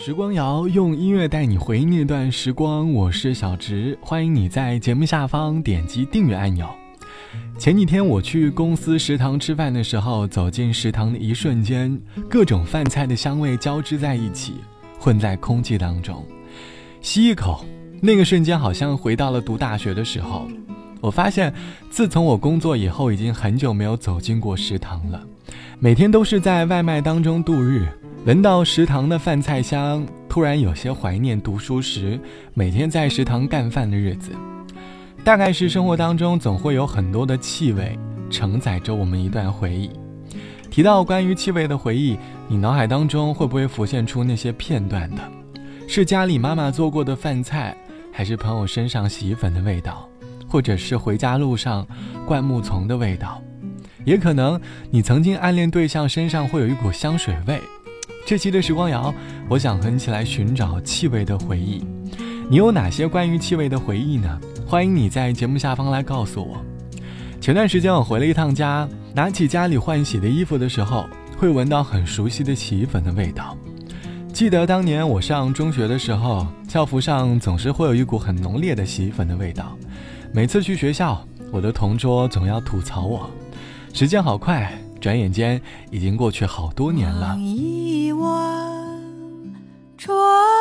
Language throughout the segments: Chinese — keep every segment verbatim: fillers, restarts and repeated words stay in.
时光谣，用音乐带你回忆那段时光。我是小植，欢迎你在节目下方点击订阅按钮。前几天我去公司食堂吃饭的时候，走进食堂的一瞬间，各种饭菜的香味交织在一起，混在空气当中。吸一口，那个瞬间好像回到了读大学的时候。我发现自从我工作以后，已经很久没有走进过食堂了，每天都是在外卖当中度日。闻到食堂的饭菜香，突然有些怀念读书时每天在食堂干饭的日子。大概是生活当中总会有很多的气味承载着我们一段回忆。提到关于气味的回忆，你脑海当中会不会浮现出那些片段的？是家里妈妈做过的饭菜，还是朋友身上洗衣粉的味道，或者是回家路上灌木丛的味道？也可能你曾经暗恋对象身上会有一股香水味。这期的时光谣，我想和你一起来寻找气味的回忆。你有哪些关于气味的回忆呢？欢迎你在节目下方来告诉我。前段时间我回了一趟家，拿起家里换洗的衣服的时候，会闻到很熟悉的洗衣粉的味道。记得当年我上中学的时候，校服上总是会有一股很浓烈的洗衣粉的味道。每次去学校，我的同桌总要吐槽我。时间好快，转眼间已经过去好多年了。 望一望窗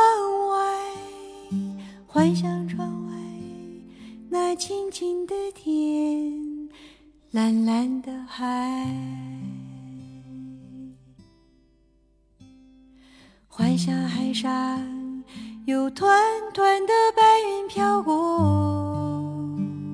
外，幻想窗外那青青的天，蓝蓝的海，幻想海上有团团的白云飘过，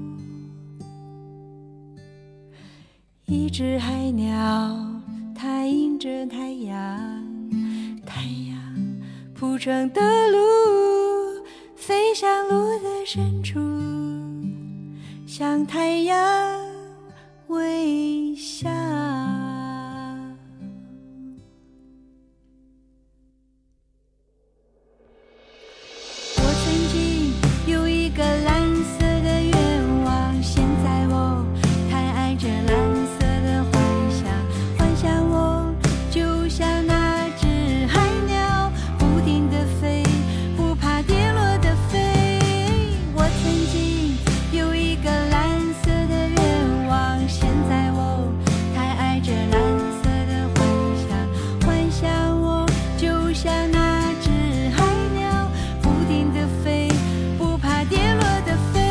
一只海鸟它迎着太阳，太阳铺成的路飞向路的深处，向太阳微笑。我曾经有一个蓝色的愿望，现在我太爱这蓝色的幻想，幻想我就像那只海鸟，不停地飞，不怕跌落的飞。我曾经有一个蓝色的愿望，现在我太爱这蓝色的幻想，幻想我就像那只海鸟，不停地飞，不怕跌落的飞。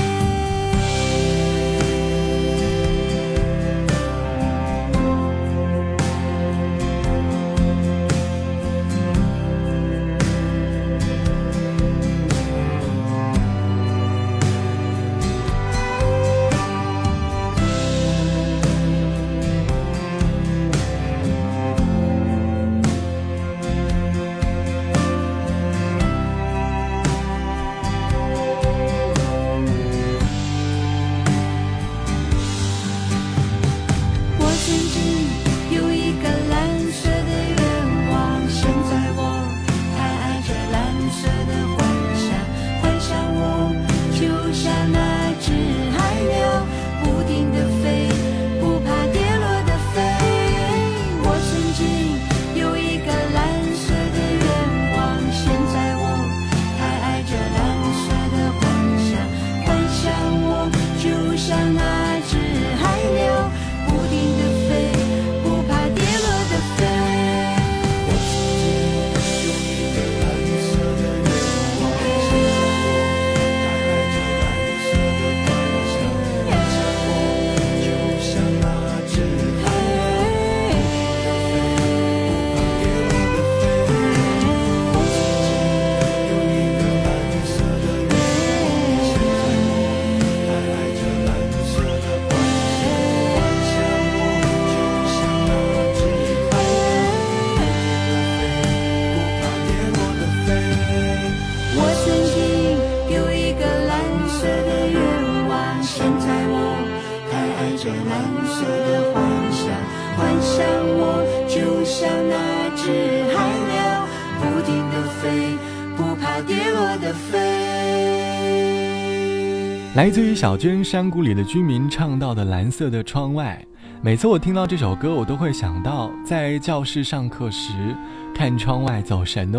我曾经有一个蓝色的愿望，现在我太爱这蓝色的幻想，幻想我就像那只海鸟，不停地飞，不怕跌落的飞。我曾经有一个蓝色的愿望，现在我太爱这蓝色的幻想，幻想我就像那只海鸟，不停地飞，不怕跌落的飞。我曾经有一个蓝色的愿望，现在我太爱这蓝色的幻想，幻想我就像那只海鸟，不停地飞，不怕跌落的飞。我曾经有一个蓝色的愿望，现在我太爱这蓝色的幻想，幻想我就像那只海鸟，不怕跌落的飞。我曾经有一个蓝色的愿望，现在我太爱这蓝色的幻想，幻想我就像那只海鸟，不停地飞，不怕跌落的飞。 来自于小娟山谷里的居民唱到的蓝色的窗外。每次我听到这首歌，我都会想到在教室上课时看窗外走神的我。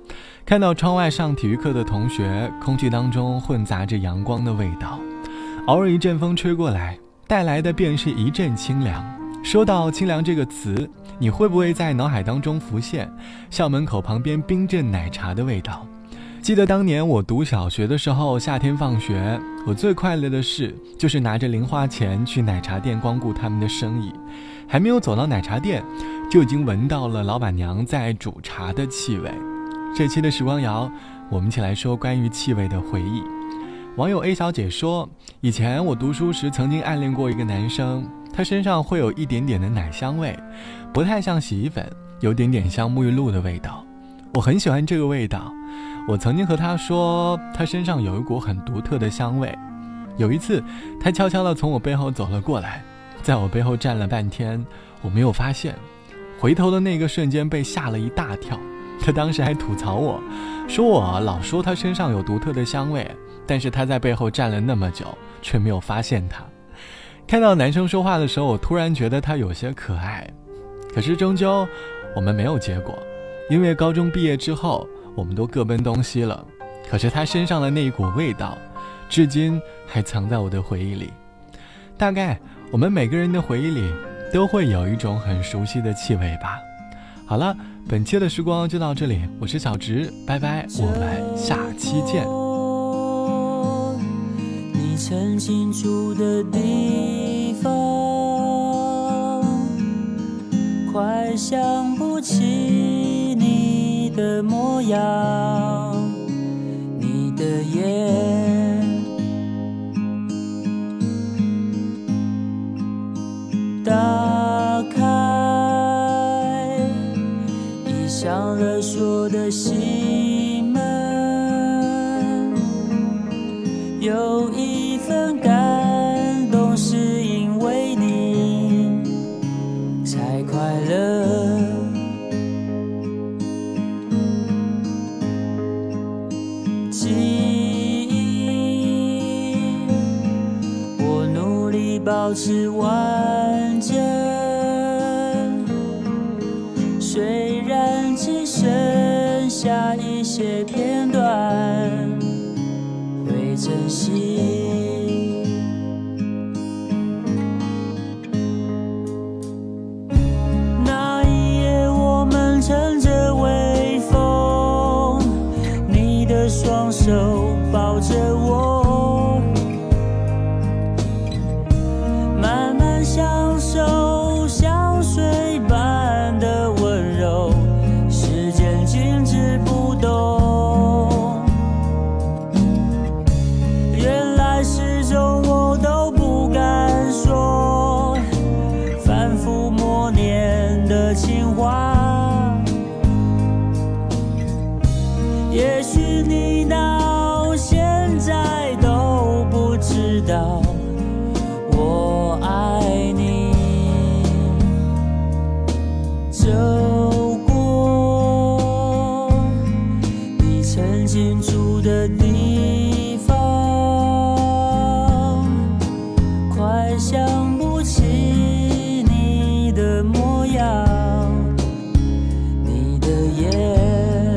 看到窗外上体育课的同学，空气当中混杂着阳光的味道，偶尔一阵风吹过来，带来的便是一阵清凉。说到清凉这个词，你会不会在脑海当中浮现校门口旁边冰镇奶茶的味道？记得当年我读小学的时候，夏天放学，我最快乐的事就是拿着零花钱去奶茶店光顾他们的生意，还没有走到奶茶店，就已经闻到了老板娘在煮茶的气味。这期的时光谣，我们一起来说关于气味的回忆。网友 A 小姐说，以前我读书时曾经暗恋过一个男生，他身上会有一点点的奶香味，不太像洗衣粉，有点点像沐浴露的味道，我很喜欢这个味道。我曾经和他说，他身上有一股很独特的香味。有一次，他悄悄地从我背后走了过来，在我背后站了半天，我没有发现，回头的那个瞬间被吓了一大跳。他当时还吐槽我，说我老说他身上有独特的香味，但是他在背后站了那么久，却没有发现他。看到男生说话的时候，我突然觉得他有些可爱，可是终究我们没有结果，因为高中毕业之后我们都各奔东西了。可是他身上的那一股味道，至今还藏在我的回忆里。大概我们每个人的回忆里都会有一种很熟悉的气味吧。好了，本期的时光就到这里，我是小直，拜拜，我们下期见。 你曾经住的地方，快想不起你的模样，你的眼打开，已上了锁的心门，有一份感动是因为你才快乐。记忆我努力保持完整，虽然只剩下一些片段会珍惜。那一夜我们乘着微风，你的双手抱着我，慢慢享受香水般的温柔，时间静止不动，原来始终我都不敢说，反复默念的情话，也许你到现在都不知道我爱你。走过你曾经住的地方，快想不起你的模样，你的眼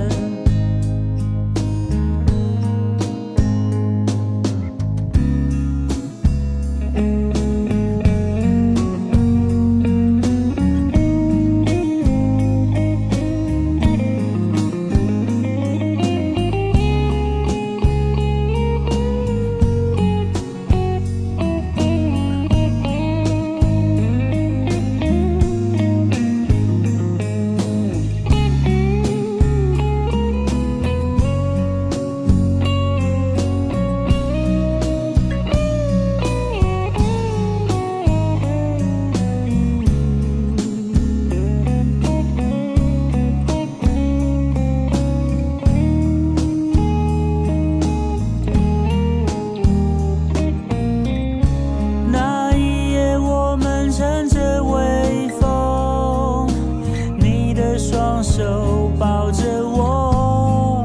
双手抱着我，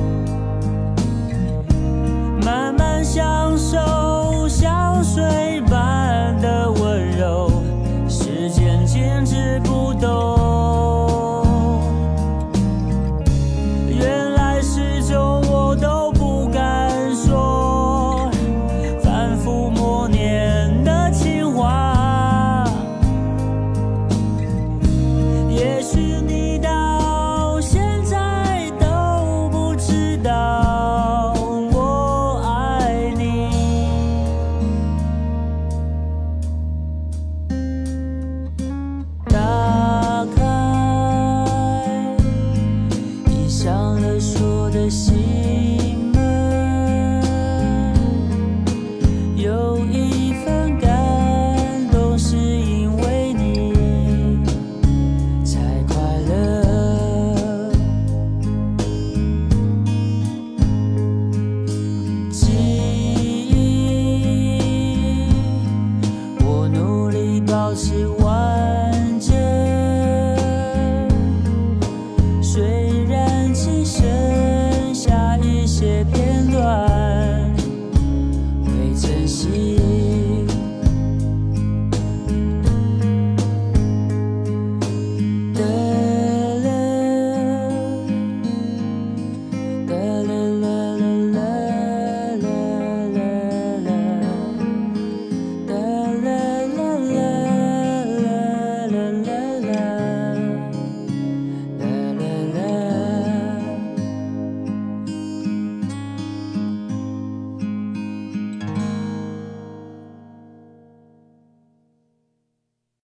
慢慢享受香水般的温柔，时间静止不动，原来心